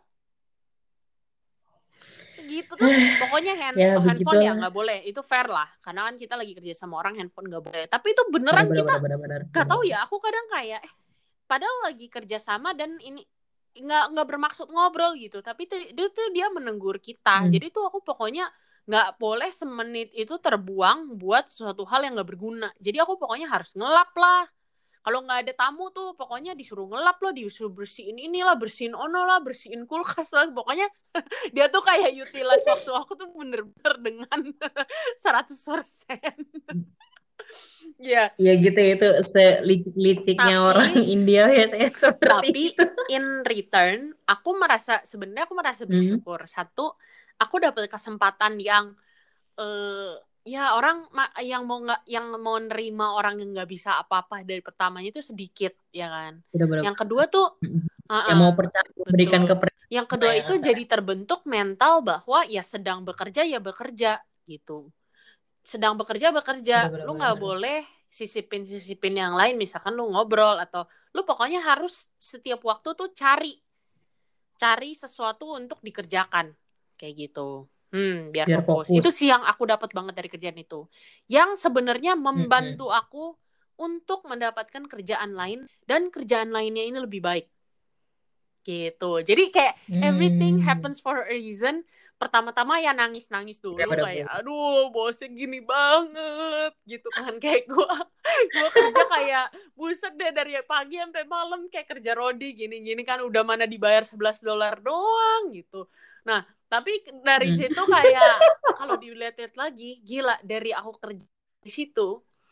Gitu, terus pokoknya handphone ya nggak boleh. Itu fair lah, karena kan kita lagi kerja sama orang, handphone nggak boleh. Tapi itu beneran kita nggak tahu ya. Aku kadang kayak padahal lagi kerja sama dan ini nggak bermaksud ngobrol gitu, tapi dia menegur kita. Jadi tuh aku pokoknya nggak boleh semenit itu terbuang buat suatu hal yang nggak berguna. Jadi aku pokoknya harus ngelap lah. Kalau nggak ada tamu tuh pokoknya disuruh ngelap loh, disuruh bersihin inilah, bersihin ono lah, bersihin kulkas lah. Pokoknya dia tuh kayak utilize waktu aku tuh bener-bener dengan 100%. Ya gitu, itu selitik-litiknya orang India ya, saya seperti itu. In return aku merasa bersyukur. Satu, aku dapat kesempatan yang ya orang yang mau nerima orang yang nggak bisa apa-apa dari pertamanya itu sedikit ya kan. Yang kedua tuh yang mau percaya, berikan kepercayaan. Yang kedua itu jadi terbentuk mental bahwa ya sedang bekerja ya bekerja gitu. Sedang bekerja. Lu nggak boleh sisipin yang lain, misalkan lu ngobrol atau lu pokoknya harus setiap waktu tuh cari sesuatu untuk dikerjakan kayak gitu. Biar fokus. Itu sih yang aku dapat banget dari kerjaan itu. Yang sebenarnya membantu aku untuk mendapatkan kerjaan lain dan kerjaan lainnya ini lebih baik. Gitu. Jadi kayak everything happens for a reason. Pertama-tama ya nangis-nangis dulu kayak aduh bosnya gini banget gitu kan, kayak gue kerja kayak buset deh dari pagi sampai malam kayak kerja rodi gini-gini kan, udah mana dibayar $11 doang gitu. Nah, tapi dari situ kayak kalau dilihat-lihat lagi, gila, dari aku kerja di situ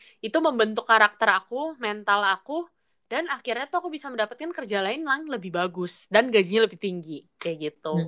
Itu membentuk karakter aku, mental aku, dan akhirnya tuh aku bisa mendapatkan kerja lain yang lebih bagus dan gajinya lebih tinggi kayak gitu.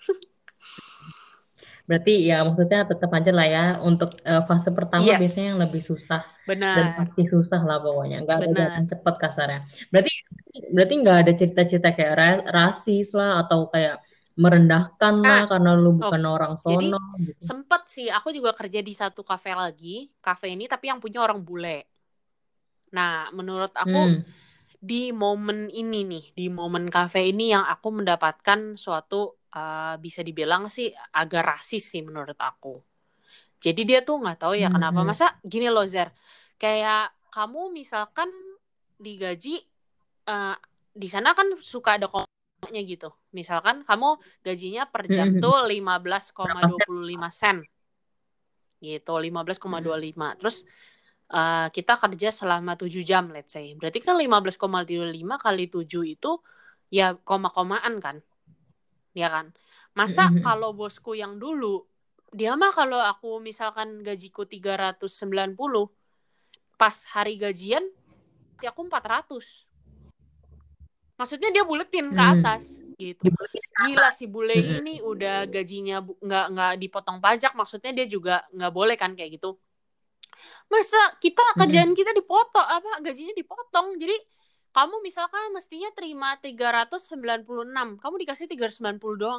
Berarti ya maksudnya tetap aja lah ya untuk fase pertama Yes, biasanya yang lebih susah dan benar, pasti susah lah pokoknya, nggak ada benar. jalan cepat kasarnya. Berarti berarti nggak ada cerita-cerita kayak rasis lah atau kayak merendahkan lah Ah, karena lu oh, bukan orang jadi sono gitu. sempet sih aku juga kerja di satu kafe lagi, kafe ini tapi yang punya orang bule. Nah, menurut aku Hmm. di momen ini nih, di momen kafe ini yang aku mendapatkan suatu bisa dibilang sih agak rasis sih menurut aku. Jadi dia tuh nggak tahu ya Hmm. kenapa. Hmm. Masa gini loh Zer, kayak kamu misalkan digaji eh, di sana kan suka ada komanya gitu. Misalkan kamu gajinya per Hmm. jam Hmm. tuh 15,25 Berapa set? sen gitu, 15,25. Hmm. Terus kita kerja selama 7 jam let's say. Berarti kan 15,25 kali 7 itu ya koma-komaan kan? Ya kan? Hmm. Masa Hmm. Hmm. kalau bosku yang dulu dia mah kalau aku misalkan gajiku 390 pas hari gajian ya aku 400. Maksudnya dia buletin ke Hmm. atas gitu. Dibagi ke Gila atas. si bule Hmm. ini udah gajinya nggak dipotong pajak, maksudnya dia juga nggak boleh kan kayak gitu. Masa kita Hmm. kerjaan Hmm. kita dipotong apa gajinya dipotong. Jadi kamu misalkan mestinya terima 396, kamu dikasih 390 doang.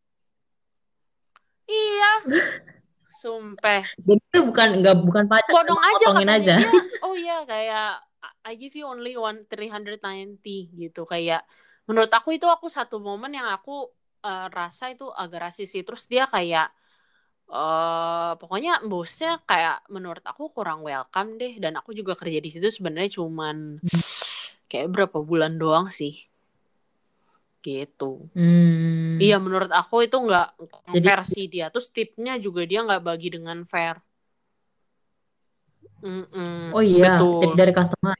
Iya, sumpah. Jadi itu bukan pajak, Bodong emang aja potongin katanya aja. dia. Oh iya kayak I give you only 390 gitu kayak menurut aku itu aku satu momen yang aku rasa itu agak rasis sih. Terus dia kayak pokoknya bosnya kayak menurut aku kurang welcome deh dan aku juga kerja di situ sebenarnya cuman kayak berapa bulan doang sih gitu. Iya Hmm. menurut aku itu nggak Jadi fair sih dia. Terus tipnya juga dia nggak bagi dengan fair. oh iya, tip Betul. dari customer.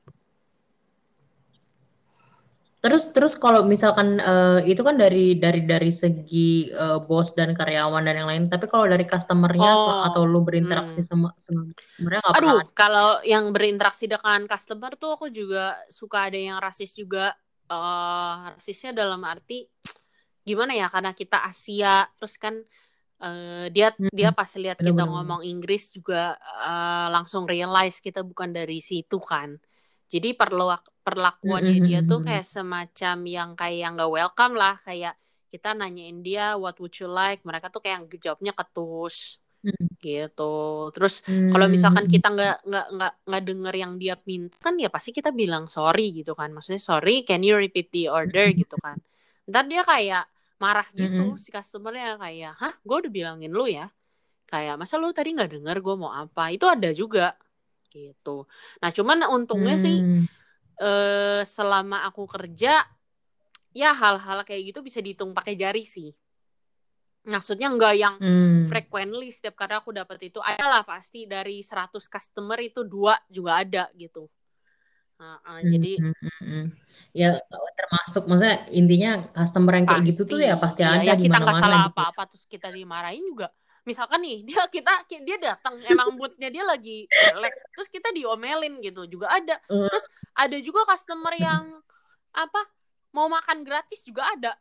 Terus kalau misalkan itu kan dari segi bos dan karyawan dan yang lain. Tapi kalau dari customernya atau Oh, lu berinteraksi hmm. sama sama customernya nggak pernah Aduh, ada. kalau yang berinteraksi dengan customer tuh aku juga suka ada yang rasis juga. Rasisnya dalam arti gimana ya? Karena kita Asia, terus kan dia dia Hmm, pas lihat kita bener-bener. ngomong Inggris juga langsung realize kita bukan dari situ kan. Jadi Hmm, perlakuannya hmm, dia hmm, tuh hmm, hmm. kayak semacam yang kayak nggak welcome lah, kayak kita nanyain dia what would you like, mereka tuh kayak jawabnya ketus Hmm, gitu. Terus kalau hmm, misalkan hmm, kita nggak denger yang dia minta kan ya pasti kita bilang sorry gitu kan. Maksudnya sorry, can you repeat the order hmm, gitu kan. Ntar dia kayak marah hmm, gitu hmm. si customernya kayak, hah, gue udah bilangin lu ya. Kayak masa lu tadi nggak denger gue mau apa? Itu ada juga gitu. Nah cuman untungnya sih Hmm. selama aku kerja ya hal-hal kayak gitu bisa dihitung pakai jari sih. Maksudnya nggak yang Hmm. frequently setiap kali aku dapat itu. Adalah pasti dari 100 customer itu 2 juga ada gitu. Hmm, Jadi hmm, hmm, hmm. Ya termasuk maksudnya intinya customer yang kayak gitu tuh ya pasti pasti iya ada yang di kita nggak mana-mana salah gitu ya. apa-apa terus kita dimarahin juga. Misalkan nih dia datang emang moodnya dia lagi jelek terus kita diomelin gitu juga ada. Eh, Terus ada juga customer yang apa mau makan gratis juga ada.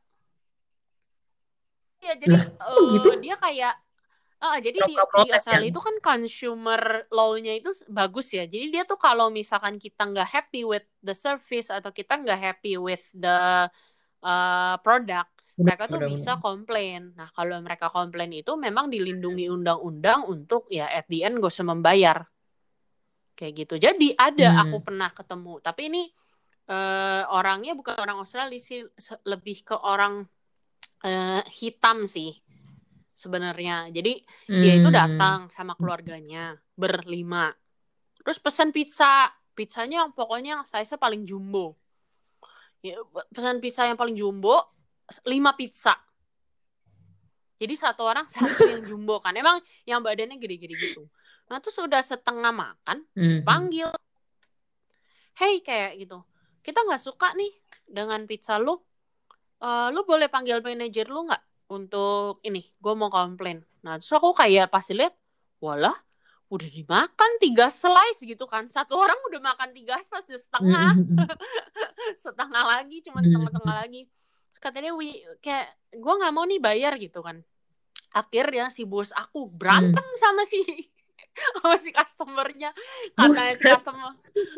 Ya jadi Lah, kok gitu? dia kayak jadi Pura-pura di protes ya. Australia itu kan consumer law-nya itu bagus ya. Jadi dia tuh kalau misalkan kita nggak happy with the service atau kita nggak happy with the product, Bener, mereka tuh bener, bisa bener. komplain. Nah kalau mereka komplain itu memang dilindungi undang-undang untuk ya at the end gak usah membayar kayak gitu. Jadi ada aku Hmm. pernah ketemu. Tapi ini orangnya bukan orang Australia sih, lebih ke orang hitam sih sebenarnya. Jadi dia itu Hmm. datang sama keluarganya berlima. Terus pesan pizza. Pizzanya yang pokoknya size-nya paling jumbo. Ya, pesan pizza yang paling jumbo 5 pizza. Jadi satu orang satu yang jumbo kan. Emang yang badannya gede-gede gitu. Nah terus udah setengah makan, Hmm. panggil. Hey kayak gitu. Kita nggak suka nih dengan pizza lu. Lu boleh panggil manajer lu nggak untuk ini? Gue mau komplain. Nah terus aku kayak pasti lihat, walah udah dimakan 3 slice gitu kan. Satu orang udah makan 3 slice setengah. Setengah lagi, cuma setengah lagi. Terus katanya kayak gue nggak mau nih bayar gitu kan. Akhirnya si bos aku berantem sama si customernya. Katanya si customer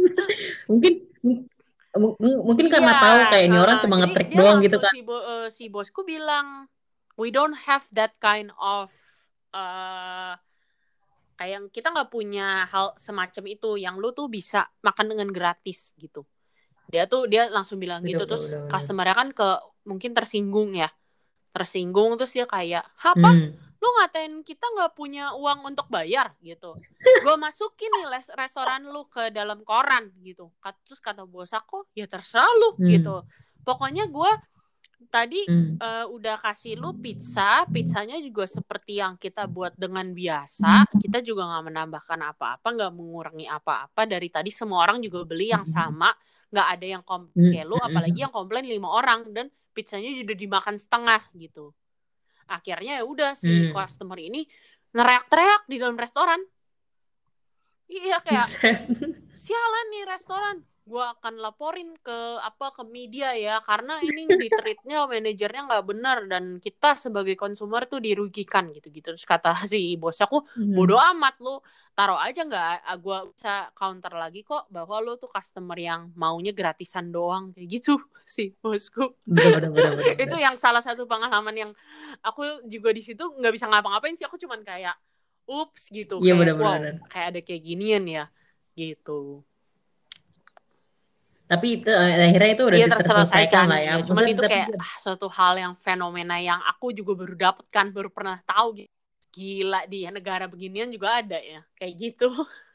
mungkin karena tahu kayak ini orang cuma nge-trick doang gitu kan. Si bosku bilang, we don't have that kind of kayak kita nggak punya hal semacam itu yang lu tuh bisa makan dengan gratis gitu. Dia langsung bilang gitu. Terus customer-nya kan mungkin tersinggung terus dia kayak apa lu ngatain kita nggak punya uang untuk bayar gitu, gue masukin nih restoran lu ke dalam koran gitu. Terus kata bos aku, ya terserah lu gitu, pokoknya gue tadi udah kasih lu pizzanya juga seperti yang kita buat dengan biasa, kita juga nggak menambahkan apa-apa, nggak mengurangi apa-apa, dari tadi semua orang juga beli yang sama, nggak ada yang kayak lu, apalagi yang komplain 5 orang, dan pizzanya juga dimakan setengah gitu. Akhirnya ya udah si customer ini neriak-teriak di dalam restoran. Iya kayak sialan nih restoran, gue akan laporin ke media ya, karena ini di treatnya manajernya nggak benar dan kita sebagai konsumer tuh dirugikan gitu-gitu. Terus kata si bos aku, bodo amat lu, taruh aja nggak, gue bisa counter lagi kok bahwa lu tuh customer yang maunya gratisan doang kayak gitu si bosku. Bener. Itu yang salah satu pengalaman yang aku juga di situ nggak bisa ngapa-ngapain sih, aku cuman kayak ups gitu, kayak wow kayak ada kayak ginian ya gitu. Tapi akhirnya itu udah terselesaikan lah ya. Cuman itu kayak suatu hal yang fenomena yang aku juga baru dapatkan, baru pernah tahu gitu. Gila, di negara beginian juga ada ya kayak gitu.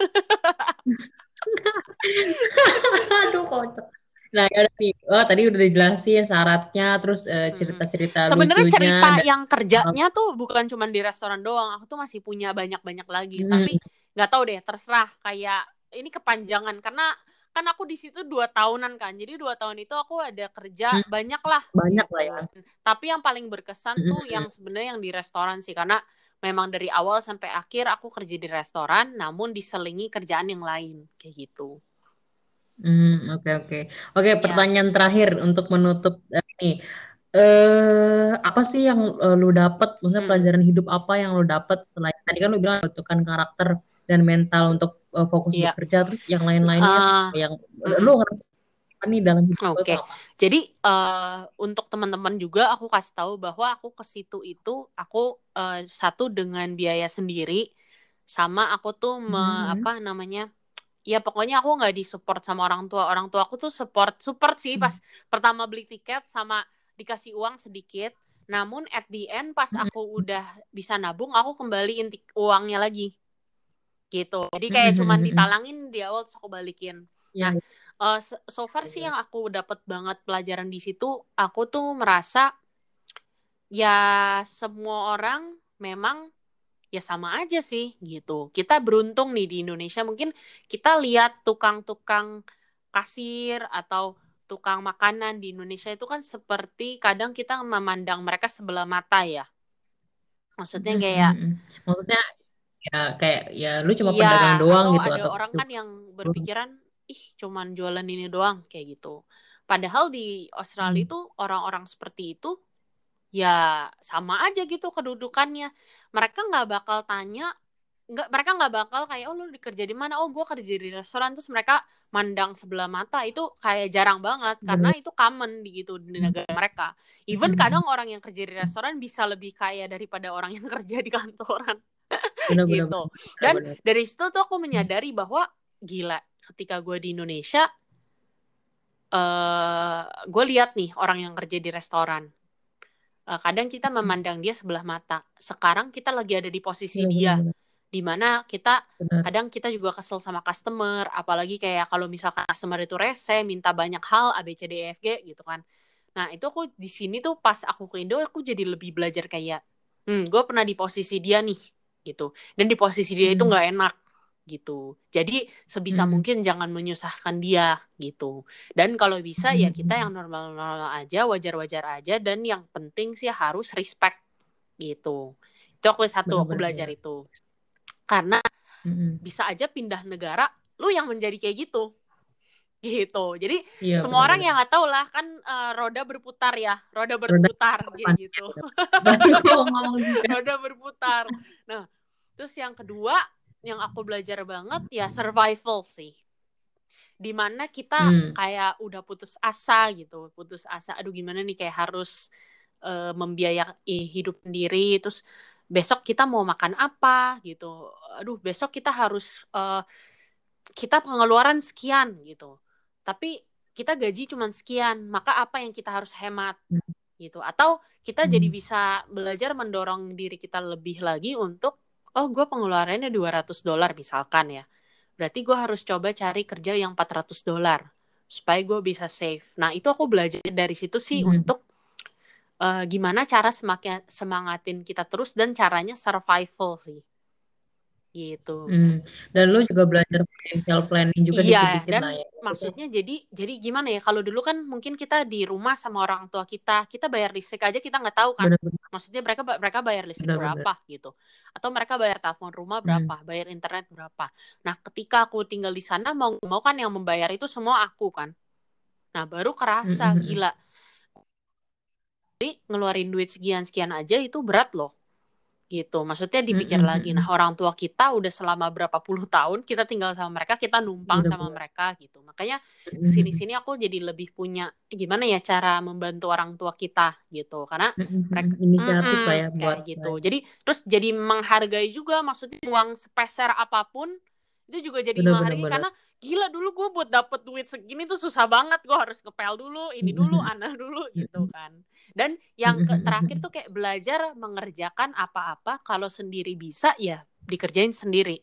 Aduh kocak. Nah tadi udah dijelasin syaratnya, terus cerita-cerita sebenarnya lucunya. Cerita yang kerjanya tuh bukan cuma di restoran doang, aku tuh masih punya banyak lagi. Tapi nggak tahu deh, terserah, kayak ini kepanjangan karena kan aku di situ 2 tahunan kan, jadi 2 tahun itu aku ada kerja banyak lah ya. Tapi yang paling berkesan tuh yang sebenarnya yang di restoran sih, karena memang dari awal sampai akhir aku kerja di restoran, namun diselingi kerjaan yang lain kayak gitu. Oke, pertanyaan terakhir untuk menutup ini. Apa sih yang lu dapat, maksudnya pelajaran hidup apa yang lu dapat selain tadi kan lu bilang bentukan karakter dan mental untuk fokus bekerja, terus yang lain-lainnya yang lu ngerasa nih dalam hidup apa? Jadi untuk teman-teman juga aku kasih tahu bahwa aku ke situ itu aku satu dengan biaya sendiri, sama aku tuh ya pokoknya aku nggak disupport sama orang tua aku tuh support sih pas pertama beli tiket sama dikasih uang sedikit, namun at the end pas aku udah bisa nabung, aku kembaliin uangnya lagi gitu. Jadi kayak cuman ditalangin di awal terus aku balikin. Nah so far sih yang aku dapat banget pelajaran di situ, aku tuh merasa ya semua orang memang ya sama aja sih gitu. Kita beruntung nih di Indonesia, mungkin kita lihat tukang-tukang kasir atau tukang makanan di Indonesia itu kan seperti kadang kita memandang mereka sebelah mata ya. Maksudnya kayak maksudnya ya kayak ya lu cuma pedagang doang gitu, atau ada orang kan yang berpikiran ih cuman jualan ini doang kayak gitu. Padahal di Australia itu orang-orang seperti itu ya sama aja gitu kedudukannya. Mereka nggak bakal tanya, mereka nggak bakal kayak, oh lu kerja di mana? Oh gue kerja di restoran, terus mereka mandang sebelah mata. Itu kayak jarang banget karena itu common di negara mereka. Even kadang orang yang kerja di restoran bisa lebih kaya daripada orang yang kerja di kantoran. Gitu. Dan dari situ tuh aku menyadari bahwa gila, ketika gue di Indonesia gue lihat nih orang yang kerja di restoran, kadang kita memandang dia sebelah mata. Sekarang kita lagi ada di posisi dia, dimana kita kadang kita juga kesel sama customer, apalagi kayak kalau misalkan customer itu rese, minta banyak hal A B C D E F G gitu kan. Nah itu aku di sini tuh pas aku ke Indo, aku jadi lebih belajar kayak gue pernah di posisi dia nih gitu, dan di posisi dia itu nggak enak gitu. Jadi sebisa mungkin jangan menyusahkan dia gitu. Dan kalau bisa ya kita yang normal-normal aja, wajar-wajar aja, dan yang penting sih harus respect gitu. Itu aku belajar itu. Karena bisa aja pindah negara, lu yang menjadi kayak gitu. Jadi Iya, semua orang benar-benar. yang nggak tahu lah kan, roda berputar kayak gitu. Baru ngomong juga. Roda berputar. Nah, terus yang kedua yang aku belajar banget ya survival sih. Dimana kita kayak udah putus asa gitu, aduh gimana nih, kayak harus membiayai hidup sendiri, terus besok kita mau makan apa gitu, aduh besok kita harus kita pengeluaran sekian gitu, tapi kita gaji cuma sekian, maka apa yang kita harus hemat gitu. Atau kita jadi bisa belajar mendorong diri kita lebih lagi untuk, oh gue pengeluarannya $200 misalkan ya, berarti gue harus coba cari kerja yang $400 supaya gue bisa save. Nah itu aku belajar dari situ sih, untuk gimana cara semakin semangatin kita terus, dan caranya survival sih gitu. Dan lu juga belajar financial planning juga dikit-dikit dan lah ya. Maksudnya jadi gimana ya, kalau dulu kan mungkin kita di rumah sama orang tua kita bayar listrik aja kita nggak tahu kan. Benar-benar. Maksudnya mereka bayar listrik berapa gitu, atau mereka bayar telepon rumah berapa, bayar internet berapa. Nah ketika aku tinggal di sana, mau kan yang membayar itu semua aku kan. Nah baru kerasa gila, jadi ngeluarin duit sekian aja itu berat loh gitu. Maksudnya dipikir lagi, nah orang tua kita udah selama berapa puluh tahun kita tinggal sama mereka, kita numpang sama mereka gitu. Makanya sini aku jadi lebih punya gimana ya cara membantu orang tua kita gitu, karena mereka inisiatif lah ya buat kayak gitu. Jadi terus jadi menghargai juga, maksudnya uang sepeser apapun itu juga jadi menghargai, karena gila dulu gue buat dapet duit segini tuh susah banget, gue harus ngepel dulu, ini dulu, anak dulu gitu kan. Dan yang terakhir tuh kayak belajar mengerjakan apa-apa kalau sendiri bisa ya dikerjain sendiri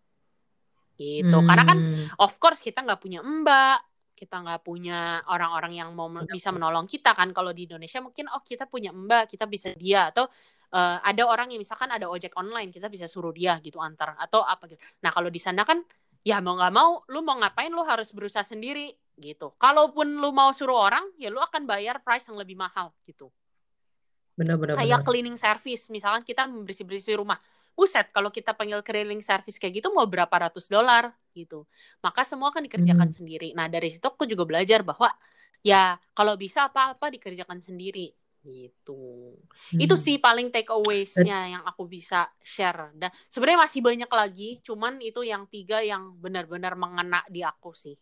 gitu. Karena kan of course kita nggak punya mbak, kita nggak punya orang-orang yang mau bisa menolong kita kan. Kalau di Indonesia mungkin kita punya mbak, kita bisa dia, atau ada orang yang misalkan ada ojek online, kita bisa suruh dia gitu antar atau apa gitu. Nah kalau di sana kan ya mau nggak mau, lu mau ngapain lu harus berusaha sendiri gitu. Kalaupun lu mau suruh orang, ya lu akan bayar price yang lebih mahal gitu. Kayak cleaning service, misalkan kita bersih-bersih rumah. Buset, kalau kita panggil cleaning service kayak gitu mau berapa ratus $100 gitu. Maka semua akan dikerjakan sendiri. Nah dari situ aku juga belajar bahwa ya kalau bisa apa-apa dikerjakan sendiri gitu. Itu sih paling takeaways-nya yang aku bisa share. Dan sebenarnya masih banyak lagi, cuman itu yang 3 yang benar-benar mengena di aku sih.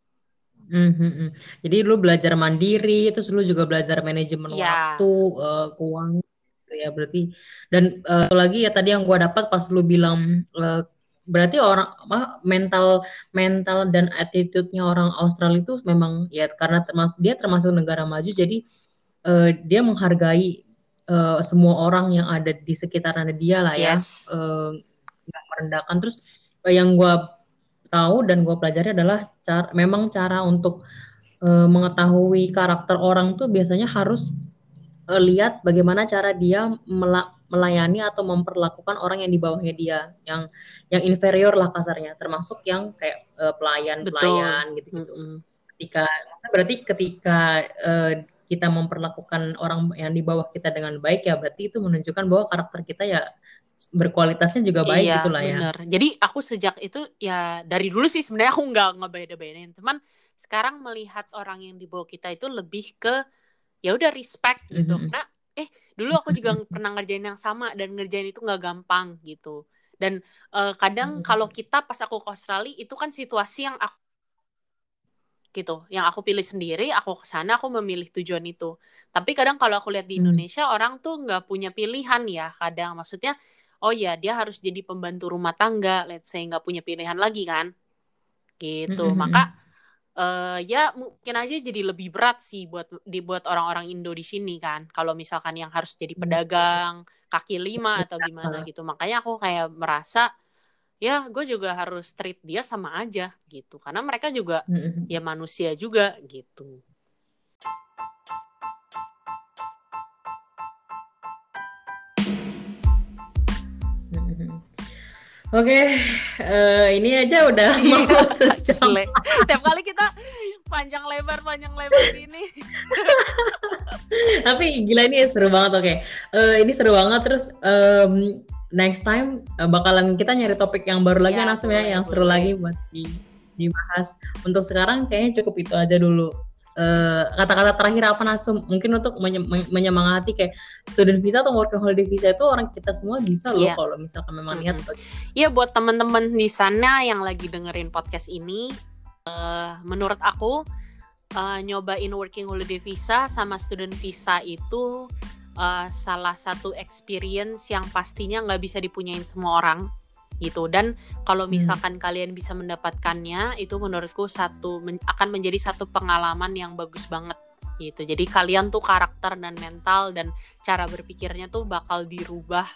Jadi lu belajar mandiri, terus lu juga belajar manajemen waktu, keuangan gitu ya berarti. Dan lagi ya tadi yang gua dapat pas lu bilang berarti orang mental dan attitude-nya orang Australia itu memang ya karena dia termasuk negara maju, jadi dia menghargai semua orang yang ada di sekitaran dia lah ya, nggak merendahkan. Terus yang gue tahu dan gue pelajari adalah memang cara untuk mengetahui karakter orang tuh biasanya harus lihat bagaimana cara dia melayani atau memperlakukan orang yang di bawahnya dia, yang inferior lah kasarnya, termasuk yang kayak pelayan gitu-gitu. Ketika kita memperlakukan orang yang di bawah kita dengan baik, ya berarti itu menunjukkan bahwa karakter kita ya berkualitasnya juga baik gitu lah ya. Bener. Jadi aku sejak itu ya dari dulu sih sebenarnya aku nggak ngebeda-bedain, teman. Sekarang melihat orang yang di bawah kita itu lebih ke ya udah respect gitu. Karena dulu aku juga pernah ngerjain yang sama, dan ngerjain itu nggak gampang gitu. Dan kadang kalau kita pas aku ke Australia itu kan situasi yang aku gitu, yang aku pilih sendiri, aku kesana, aku memilih tujuan itu. Tapi kadang kalau aku lihat di Indonesia, orang tuh nggak punya pilihan ya kadang. Maksudnya, oh ya dia harus jadi pembantu rumah tangga, let's say nggak punya pilihan lagi kan, gitu. Maka ya mungkin aja jadi lebih berat sih buat orang-orang Indo di sini kan. Kalau misalkan yang harus jadi pedagang kaki 5 atau gimana gitu. Makanya aku kayak merasa ya gue juga harus treat dia sama aja gitu, karena mereka juga ya manusia juga gitu. Oke, ini aja udah mau sejam. Tiap kali kita panjang lebar gini. Tapi gila ini seru banget. Oke. Ini seru banget. Terus next time bakalan kita nyari topik yang baru lagi langsung ya, yang seru lagi buat dibahas. Untuk sekarang kayaknya cukup itu aja dulu. Kata-kata terakhir apa Natsum? Mungkin untuk menyemangati kayak student visa atau working holiday visa itu orang kita semua bisa loh kalau misalkan memang niat. Iya, buat teman-teman di sana yang lagi dengerin podcast ini, menurut aku nyobain working holiday visa sama student visa itu salah satu experience yang pastinya nggak bisa dipunyain semua orang gitu. Dan kalau misalkan kalian bisa mendapatkannya, itu menurutku akan menjadi satu pengalaman yang bagus banget gitu. Jadi kalian tuh karakter dan mental dan cara berpikirnya tuh bakal dirubah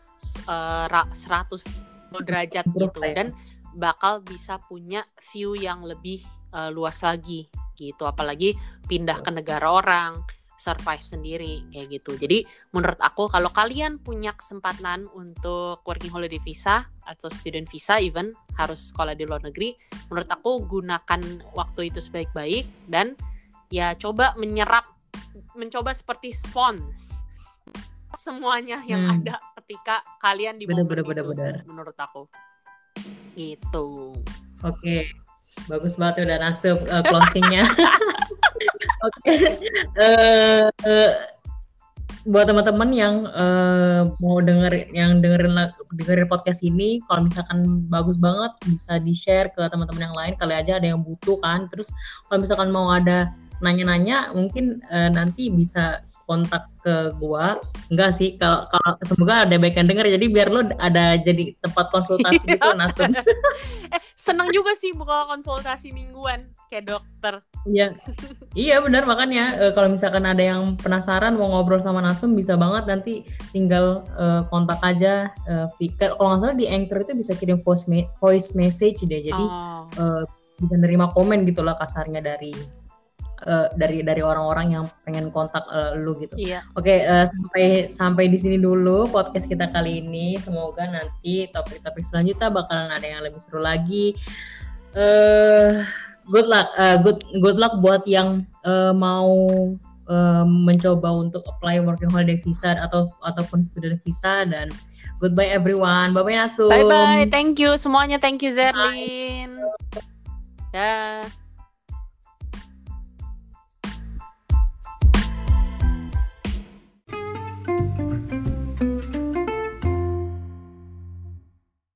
100 derajat gitu, dan bakal bisa punya view yang lebih luas lagi gitu. Apalagi pindah ke negara orang, survive sendiri kayak gitu. Jadi menurut aku kalau kalian punya kesempatan untuk working holiday visa atau student visa, even harus sekolah di luar negeri, menurut aku gunakan waktu itu sebaik-baik dan ya coba mencoba seperti spons semuanya yang ada ketika kalian di momen itu sih, menurut aku gitu. Oke. Bagus banget udah Natsum closingnya. Oke. Buat teman-teman yang mau dengerin podcast ini, kalau misalkan bagus banget bisa di-share ke teman-teman yang lain, kali aja ada yang butuh kan. Terus kalau misalkan mau ada nanya-nanya, mungkin nanti bisa kontak ke gua. Enggak sih, kalau semoga ada baik yang denger, jadi biar lo ada jadi tempat konsultasi gitu Natsum. Seneng juga sih buka konsultasi mingguan kayak dokter. Iya benar, makanya kalau misalkan ada yang penasaran mau ngobrol sama Natsum, bisa banget nanti tinggal kontak aja. Kalau nggak salah di Anchor itu bisa kirim voice message deh, jadi bisa nerima komen gitulah kasarnya dari orang-orang yang pengen kontak lu gitu. Iya. Oke, sampai di sini dulu podcast kita kali ini. Semoga nanti topik-topik selanjutnya bakalan ada yang lebih seru lagi. Good luck buat yang mau mencoba untuk apply working holiday visa ataupun student visa, dan goodbye everyone. Bye bye Natsum. Bye bye. Thank you semuanya. Thank you Zerlyn. Dah.